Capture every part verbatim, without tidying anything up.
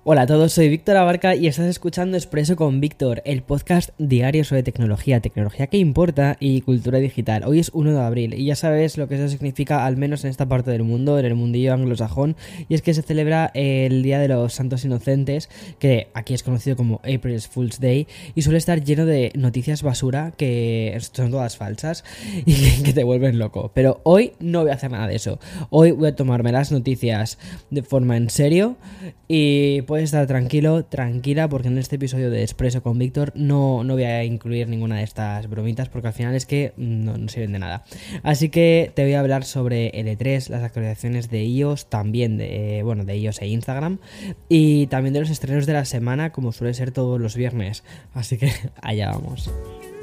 Hola a todos, soy Víctor Abarca y estás escuchando Expreso con Víctor, el podcast diario sobre tecnología, tecnología que importa y cultura digital. Hoy es uno de abril y ya sabes lo que eso significa, al menos en esta parte del mundo, en el mundillo anglosajón, y es que se celebra el Día de los Santos Inocentes, que aquí es conocido como April Fool's Day, y suele estar lleno de noticias basura que son todas falsas y que te vuelven loco. Pero hoy no voy a hacer nada de eso. Hoy voy a tomarme las noticias de forma en serio y puedes estar tranquilo, tranquila, porque en este episodio de Expreso con Víctor no, no voy a incluir ninguna de estas bromitas, porque al final es que no, no sirven de nada. Así que te voy a hablar sobre el E tres, las actualizaciones de iOS, también de, bueno, de iOS e Instagram, y también de los estrenos de la semana, como suele ser todos los viernes. Así que allá vamos.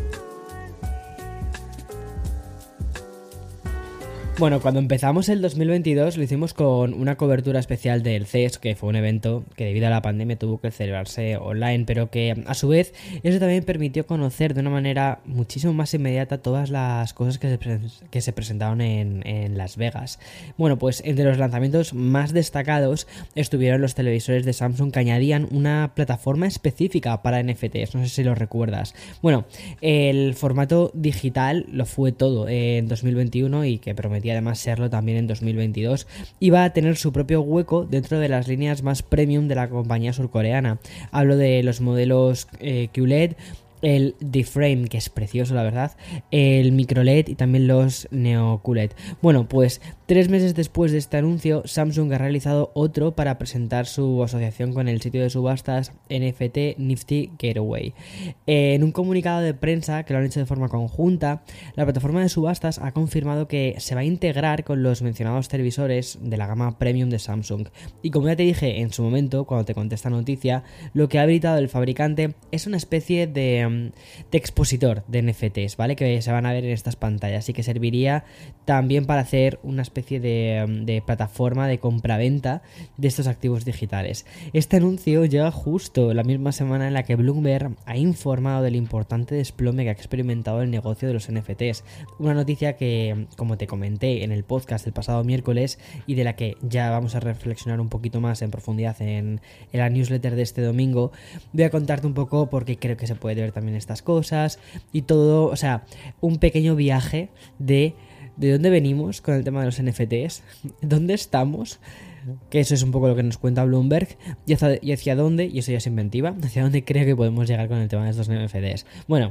Bueno, cuando empezamos el dos mil veintidós lo hicimos con una cobertura especial del C E S, que fue un evento que debido a la pandemia tuvo que celebrarse online, pero que a su vez eso también permitió conocer de una manera muchísimo más inmediata todas las cosas que se, pre- que se presentaron en, en Las Vegas. Bueno, pues entre los lanzamientos más destacados estuvieron los televisores de Samsung que añadían una plataforma específica para N F Ts, no sé si lo recuerdas. Bueno, el formato digital lo fue todo en dos mil veintiuno y que prometía y además serlo también en dos mil veintidós, y va a tener su propio hueco dentro de las líneas más premium de la compañía surcoreana. Hablo de los modelos eh, Q L E D, el D-Frame, que es precioso la verdad, el Micro L E D y también los Neo Q L E D. Bueno, pues tres meses después de este anuncio, Samsung ha realizado otro para presentar su asociación con el sitio de subastas N F T Nifty Gateway. En un comunicado de prensa que lo han hecho de forma conjunta, la plataforma de subastas ha confirmado que se va a integrar con los mencionados televisores de la gama premium de Samsung. Y como ya te dije en su momento, cuando te conté esta noticia, lo que ha habilitado el fabricante es una especie de de expositor de N F Ts, ¿vale? Que se van a ver en estas pantallas y que serviría también para hacer una especie de, de plataforma de compraventa de estos activos digitales. Este anuncio llega justo la misma semana en la que Bloomberg ha informado del importante desplome que ha experimentado el negocio de los N F Ts. Una noticia que, como te comenté en el podcast del pasado miércoles y de la que ya vamos a reflexionar un poquito más en profundidad en, en la newsletter de este domingo, voy a contarte un poco porque creo que se puede ver también estas cosas y todo, o sea, un pequeño viaje de de dónde venimos con el tema de los N F Ts, dónde estamos, que eso es un poco lo que nos cuenta Bloomberg, y hacia, y hacia dónde, y eso ya es inventiva, hacia dónde creo que podemos llegar con el tema de estos N F Ts. Bueno,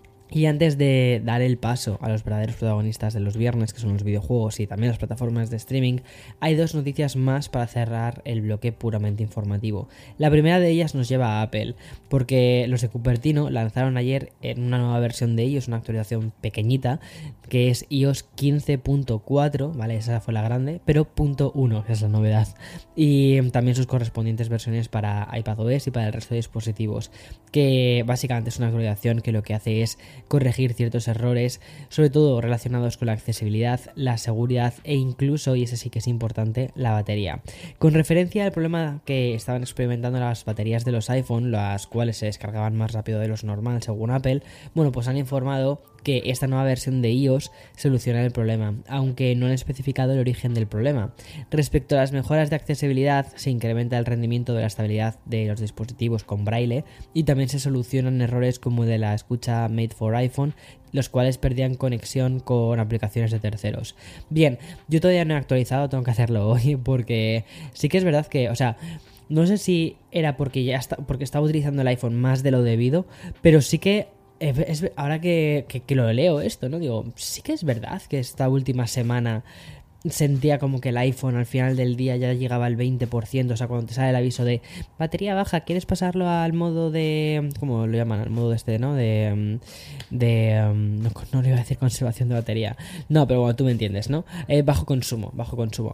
y antes de dar el paso a los verdaderos protagonistas de los viernes, que son los videojuegos y también las plataformas de streaming, hay dos noticias más para cerrar el bloque puramente informativo. La primera de ellas nos lleva a Apple, porque los de Cupertino lanzaron ayer en una nueva versión de iOS, una actualización pequeñita, que es iOS quince punto cuatro, ¿vale? Esa fue la grande, pero punto uno, que es la novedad. Y también sus correspondientes versiones para iPadOS y para el resto de dispositivos, que básicamente es una actualización que lo que hace es corregir ciertos errores, sobre todo relacionados con la accesibilidad, la seguridad e incluso, y ese sí que es importante, la batería. Con referencia al problema que estaban experimentando las baterías de los iPhone, las cuales se descargaban más rápido de lo normal según Apple, bueno, pues han informado que esta nueva versión de iOS soluciona el problema, aunque no han especificado el origen del problema. Respecto a las mejoras de accesibilidad, se incrementa el rendimiento de la estabilidad de los dispositivos con braille y también se solucionan errores como de la escucha Made for iPhone, los cuales perdían conexión con aplicaciones de terceros. Bien, yo todavía no he actualizado, tengo que hacerlo hoy, porque sí que es verdad que, o sea, no sé si era porque ya está, porque estaba utilizando el iPhone más de lo debido, pero sí que Es, ahora que, que, que lo leo esto, ¿no? Digo, sí que es verdad que esta última semana sentía como que el iPhone al final del día ya llegaba al veinte por ciento, o sea, cuando te sale el aviso de batería baja, ¿quieres pasarlo al modo de... ¿cómo lo llaman? Al modo este, ¿no? De... de no, no le iba a decir conservación de batería. No, pero bueno, tú me entiendes, ¿no? Eh, bajo consumo, bajo consumo.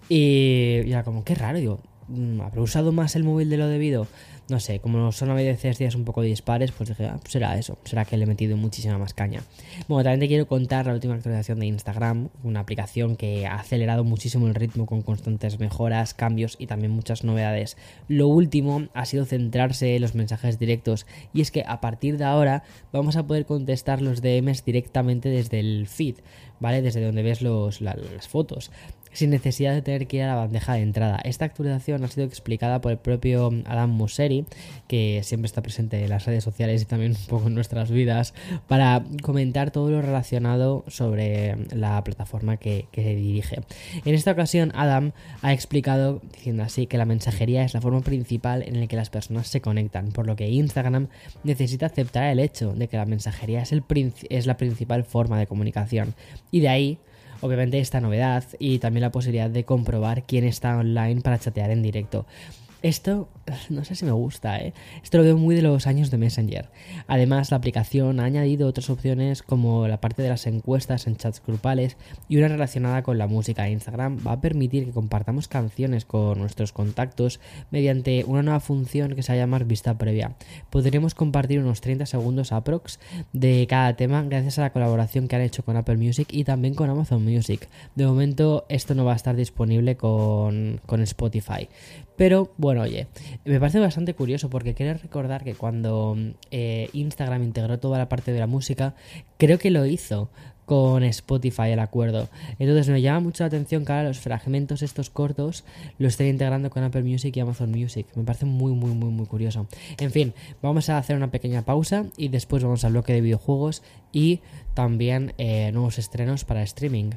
Y ya como, qué raro, digo, ¿habré usado más el móvil de lo debido? No sé, como son a veces días un poco dispares, pues dije, ah, pues será eso, será que le he metido muchísima más caña. Bueno, también te quiero contar la última actualización de Instagram, una aplicación que ha acelerado muchísimo el ritmo con constantes mejoras, cambios y también muchas novedades. Lo último ha sido centrarse en los mensajes directos, y es que a partir de ahora vamos a poder contestar los D Ms directamente desde el feed, ¿vale? Desde donde ves los, la, las fotos. sin necesidad de tener que ir a la bandeja de entrada. Esta actualización ha sido explicada por el propio Adam Mosseri, que siempre está presente en las redes sociales y también un poco en nuestras vidas, para comentar todo lo relacionado sobre la plataforma que, que se dirige. En esta ocasión, Adam ha explicado, diciendo así, que la mensajería es la forma principal en la que las personas se conectan, por lo que Instagram necesita aceptar el hecho de que la mensajería es, el princi- es la principal forma de comunicación. Y de ahí, obviamente, esta novedad y también la posibilidad de comprobar quién está online para chatear en directo. Esto no sé si me gusta, ¿eh? Esto lo veo muy de los años de Messenger. Además, la aplicación ha añadido otras opciones como la parte de las encuestas en chats grupales y una relacionada con la música. Instagram va a permitir que compartamos canciones con nuestros contactos mediante una nueva función que se va a llamar vista previa. Podremos compartir unos treinta segundos aprox de cada tema gracias a la colaboración que han hecho con Apple Music y también con Amazon Music. De momento esto no va a estar disponible con, con Spotify. Pero bueno, oye, me parece bastante curioso porque quiero recordar que cuando eh, Instagram integró toda la parte de la música, creo que lo hizo con Spotify el acuerdo. Entonces me llama mucho la atención que ahora los fragmentos estos cortos lo estén integrando con Apple Music y Amazon Music. Me parece muy muy muy muy curioso. En fin, vamos a hacer una pequeña pausa y después vamos al bloque de videojuegos y también eh, nuevos estrenos para streaming.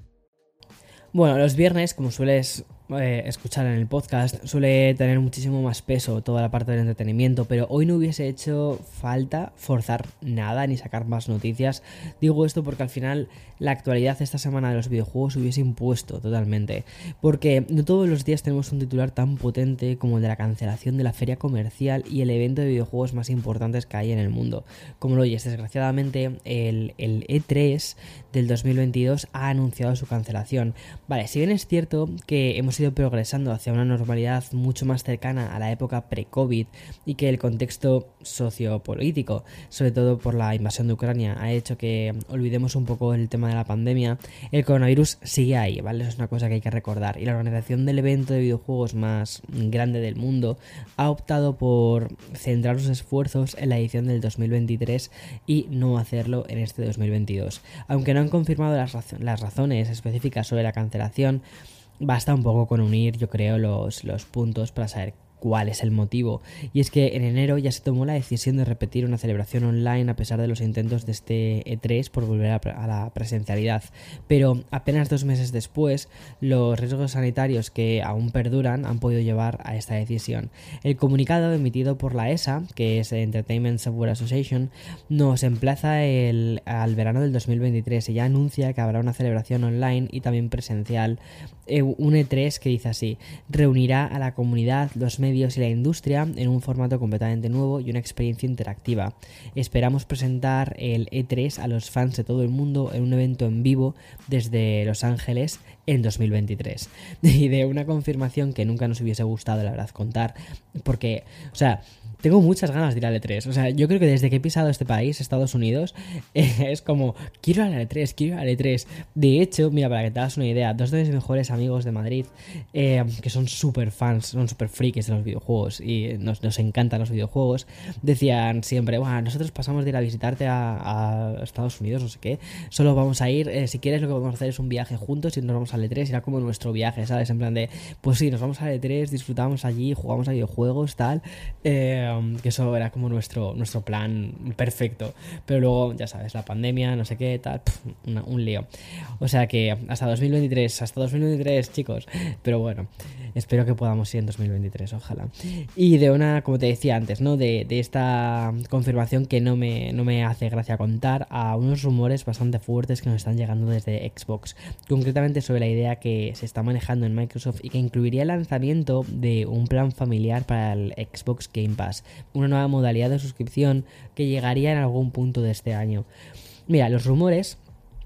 Bueno, los viernes, como sueles eh, escuchar en el podcast, suele tener muchísimo más peso toda la parte del entretenimiento, pero hoy no hubiese hecho falta forzar nada ni sacar más noticias. Digo esto porque al final la actualidad esta semana de los videojuegos hubiese impuesto totalmente, porque no todos los días tenemos un titular tan potente como el de la cancelación de la feria comercial y el evento de videojuegos más importantes que hay en el mundo. Como lo oyes, desgraciadamente el, el E tres del dos mil veintidós ha anunciado su cancelación. Vale, si bien es cierto que hemos ido progresando hacia una normalidad mucho más cercana a la época pre-COVID y que el contexto sociopolítico, sobre todo por la invasión de Ucrania, ha hecho que olvidemos un poco el tema de la pandemia, el coronavirus sigue ahí, ¿vale? Eso es una cosa que hay que recordar. Y la organización del evento de videojuegos más grande del mundo ha optado por centrar sus esfuerzos en la edición del dos mil veintitrés y no hacerlo en este dos mil veintidós. Aunque no han confirmado las, raz- las razones específicas sobre la cancelación, basta un poco con unir, yo creo, los, los puntos para saber cuál es el motivo. Y es que en enero ya se tomó la decisión de repetir una celebración online a pesar de los intentos de este E tres por volver a, a la presencialidad. Pero apenas dos meses después, los riesgos sanitarios que aún perduran han podido llevar a esta decisión. El comunicado emitido por la E S A, que es Entertainment Software Association, nos emplaza el, al verano del dos mil veintitrés y ya anuncia que habrá una celebración online y también presencial. Eh, un E tres que dice así: reunirá a la comunidad, los medios y la industria en un formato completamente nuevo y una experiencia interactiva. Esperamos presentar el E tres a los fans de todo el mundo en un evento en vivo desde Los Ángeles en dos mil veintitrés. Y de una confirmación que nunca nos hubiese gustado, la verdad, contar, porque, o sea, tengo muchas ganas de ir al E tres. O sea, yo creo que desde que he pisado este país, Estados Unidos, eh, es como, quiero ir al E tres, quiero ir al E tres. De hecho, mira, para que te hagas una idea, dos de mis mejores amigos de Madrid, eh, que son súper fans, son súper frikis de los videojuegos y nos, nos encantan los videojuegos, decían siempre, bueno, nosotros pasamos de ir a visitarte a, a Estados Unidos, no sé qué, solo vamos a ir, eh, si quieres lo que vamos a hacer es un viaje juntos y nos vamos al E tres, era como nuestro viaje, ¿sabes? En plan de, pues sí, nos vamos al E tres, disfrutamos allí, jugamos a videojuegos, tal, eh, que eso era como nuestro, nuestro plan perfecto. Pero luego, ya sabes, la pandemia, no sé qué, tal, pf, una, un lío. O sea que hasta dos mil veintitrés, hasta dos mil veintitrés, chicos. Pero bueno, espero que podamos ir en dos mil veintitrés, ojalá. Y de una, como te decía antes, ¿no? De, de esta confirmación que no me, no me hace gracia contar, a unos rumores bastante fuertes que nos están llegando desde Xbox. Concretamente sobre la idea que se está manejando en Microsoft y que incluiría el lanzamiento de un plan familiar para el Xbox Game Pass, una nueva modalidad de suscripción que llegaría en algún punto de este año. Mira, los rumores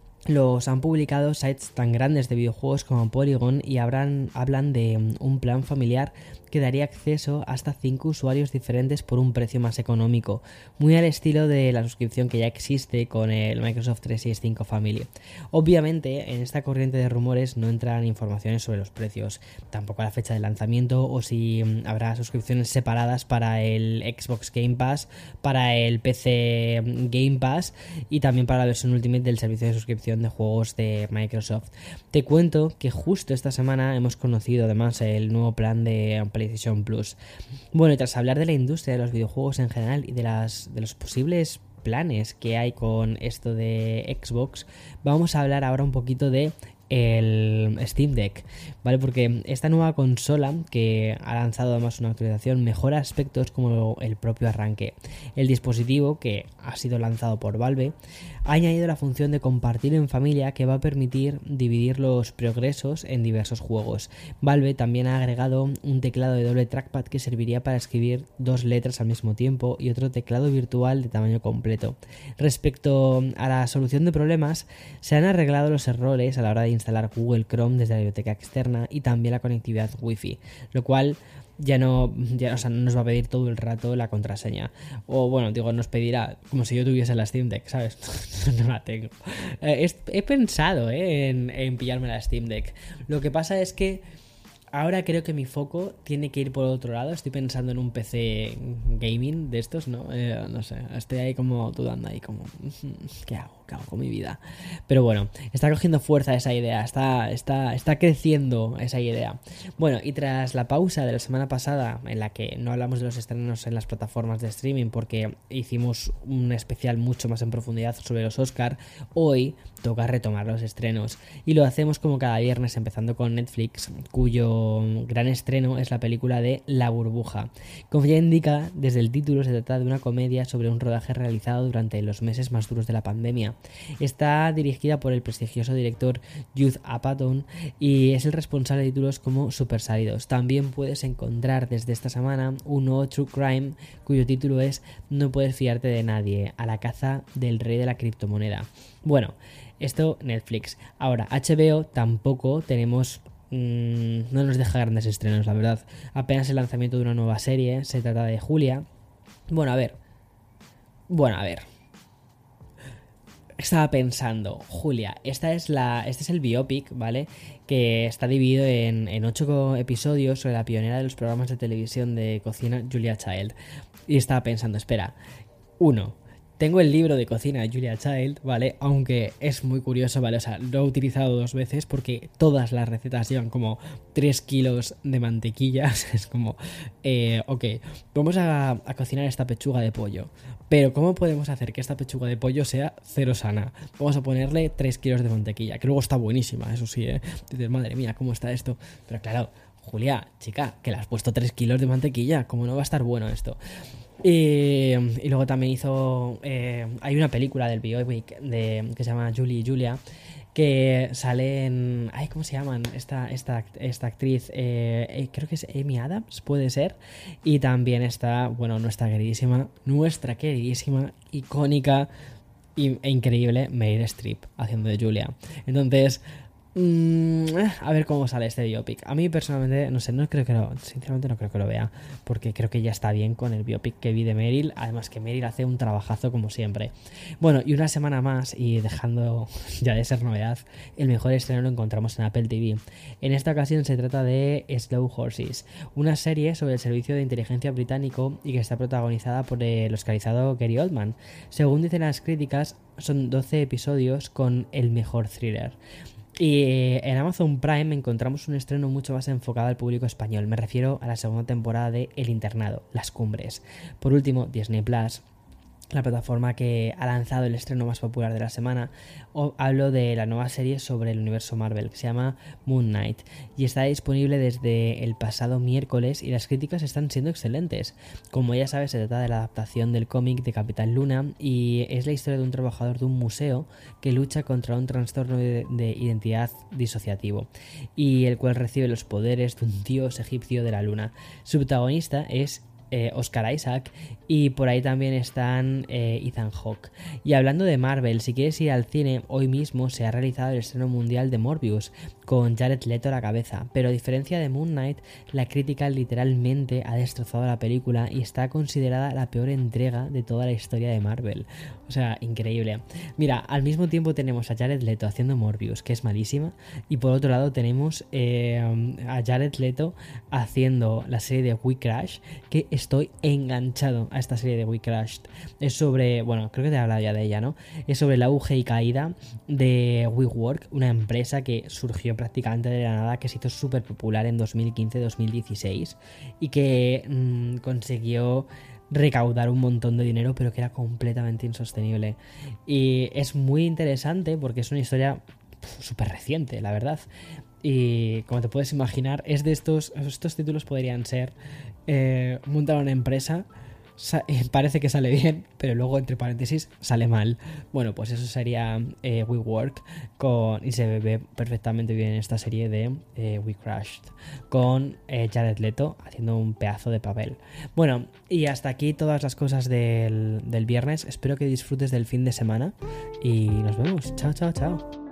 los han publicado sites tan grandes de videojuegos como Polygon y habrán, hablan de un plan familiar que daría acceso a hasta cinco usuarios diferentes por un precio más económico, muy al estilo de la suscripción que ya existe con el Microsoft trescientos sesenta y cinco Family. Obviamente, en esta corriente de rumores no entran informaciones sobre los precios, tampoco la fecha de lanzamiento o si habrá suscripciones separadas para el Xbox Game Pass, para el P C Game Pass y también para la versión Ultimate del servicio de suscripción sección de juegos de Microsoft. Te cuento que justo esta semana hemos conocido además el nuevo plan de PlayStation Plus. Bueno, y tras hablar de la industria de los videojuegos en general y de, las, de los posibles planes que hay con esto de Xbox, vamos a hablar ahora un poquito de el Steam Deck, ¿vale? Porque esta nueva consola que ha lanzado además una actualización mejora aspectos como el propio arranque. El dispositivo, que ha sido lanzado por Valve, ha añadido la función de compartir en familia que va a permitir dividir los progresos en diversos juegos. Valve también ha agregado un teclado de doble trackpad que serviría para escribir dos letras al mismo tiempo y otro teclado virtual de tamaño completo. Respecto a la solución de problemas, se han arreglado los errores a la hora de instalar Google Chrome desde la biblioteca externa y también la conectividad Wi-Fi, lo cual ya no, ya, o sea, no nos va a pedir todo el rato la contraseña. O bueno, digo, nos pedirá como si yo tuviese la Steam Deck, ¿sabes? No la tengo. Eh, he, he pensado eh, en, en pillarme la Steam Deck. Lo que pasa es que ahora creo que mi foco tiene que ir por otro lado. Estoy pensando en un P C gaming de estos, ¿no? Eh, no sé, estoy ahí como dudando ahí como, ¿qué hago? ¿Qué hago con mi vida? Pero bueno, está cogiendo fuerza esa idea, está, está, está creciendo esa idea. Bueno, y tras la pausa de la semana pasada, en la que no hablamos de los estrenos en las plataformas de streaming porque hicimos un especial mucho más en profundidad sobre los Oscar, hoy toca retomar los estrenos. Y lo hacemos como cada viernes, empezando con Netflix, cuyo gran estreno es la película de La Burbuja. Como ya indica, desde el título se trata de una comedia sobre un rodaje realizado durante los meses más duros de la pandemia. Está dirigida por el prestigioso director Judd Apatow y es el responsable de títulos como Super Salidos. También puedes encontrar desde esta semana un nuevo True Crime cuyo título es No puedes fiarte de nadie, a la caza del rey de la criptomoneda. Bueno, esto Netflix. Ahora, H B O tampoco tenemos... Mmm, no nos deja grandes estrenos, la verdad. Apenas el lanzamiento de una nueva serie, se trata de Julia. Bueno, a ver. Bueno, a ver. Estaba pensando, Julia, esta es la, este es el biopic, ¿vale? Que está dividido en, en ocho episodios sobre la pionera de los programas de televisión de cocina, Julia Child. Y estaba pensando, espera, uno, tengo el libro de cocina de Julia Child, ¿vale? Aunque es muy curioso, ¿vale? O sea, lo he utilizado dos veces porque todas las recetas llevan como tres kilos de mantequilla. Es como, eh, ok, vamos a, a cocinar esta pechuga de pollo. Pero ¿cómo podemos hacer que esta pechuga de pollo sea cero sana? Vamos a ponerle tres kilos de mantequilla, que luego está buenísima, eso sí, ¿eh? Dices, madre mía, ¿cómo está esto? Pero claro, Julia, chica, que le has puesto tres kilos de mantequilla, ¿cómo no va a estar bueno esto? Y, y luego también hizo... Eh, hay una película del biopic de, que se llama Julie y Julia, que sale en... Ay, ¿cómo se llaman? Esta, esta, esta actriz, eh, eh, creo que es Amy Adams, puede ser. Y también está, bueno, nuestra queridísima, nuestra queridísima, icónica e increíble Meryl Streep haciendo de Julia. Entonces... a ver cómo sale este biopic. A mí personalmente, no sé, no creo que lo, sinceramente no creo que lo vea, porque creo que ya está bien con el biopic que vi de Meryl, además que Meryl hace un trabajazo como siempre. Bueno, y una semana más, y dejando ya de ser novedad, el mejor estreno lo encontramos en Apple T V. En esta ocasión se trata de Slow Horses, una serie sobre el servicio de inteligencia británico y que está protagonizada por el oscarizado Gary Oldman. Según dicen las críticas, son doce episodios con el mejor thriller. Y en Amazon Prime encontramos un estreno mucho más enfocado al público español. Me refiero a la segunda temporada de El Internado, Las Cumbres. Por último, Disney Plus, la plataforma que ha lanzado el estreno más popular de la semana. O hablo de la nueva serie sobre el universo Marvel que se llama Moon Knight y está disponible desde el pasado miércoles y las críticas están siendo excelentes. Como ya sabes, se trata de la adaptación del cómic de Capitán Luna y es la historia de un trabajador de un museo que lucha contra un trastorno de, de identidad disociativo y el cual recibe los poderes de un dios egipcio de la luna. Su protagonista es Eh, Oscar Isaac y por ahí también están eh, Ethan Hawke. Y hablando de Marvel, si quieres ir al cine, hoy mismo se ha realizado el estreno mundial de Morbius con Jared Leto a la cabeza, pero a diferencia de Moon Knight, la crítica literalmente ha destrozado la película y está considerada la peor entrega de toda la historia de Marvel. O sea, increíble. Mira, al mismo tiempo tenemos a Jared Leto haciendo Morbius, que es malísima, y por otro lado tenemos eh, a Jared Leto haciendo la serie de We Crash, que estoy enganchado a esta serie de We Crashed. Es sobre, bueno, creo que te he hablado ya de ella, ¿no? Es sobre el auge y caída de WeWork, una empresa que surgió prácticamente de la nada, que se hizo súper popular en dos mil quince dos mil dieciséis y que mmm, consiguió recaudar un montón de dinero, pero que era completamente insostenible. Y es muy interesante porque es una historia súper reciente, la verdad. Y como te puedes imaginar, es de estos, estos títulos podrían ser eh, montar una empresa, sa- parece que sale bien, pero luego entre paréntesis sale mal. Bueno, pues eso sería eh, WeWork, con, y se ve perfectamente bien en esta serie de eh, We Crashed, con eh, Jared Leto haciendo un pedazo de papel. Bueno, y hasta aquí todas las cosas del, del viernes. Espero que disfrutes del fin de semana y nos vemos. Chao, chao, chao.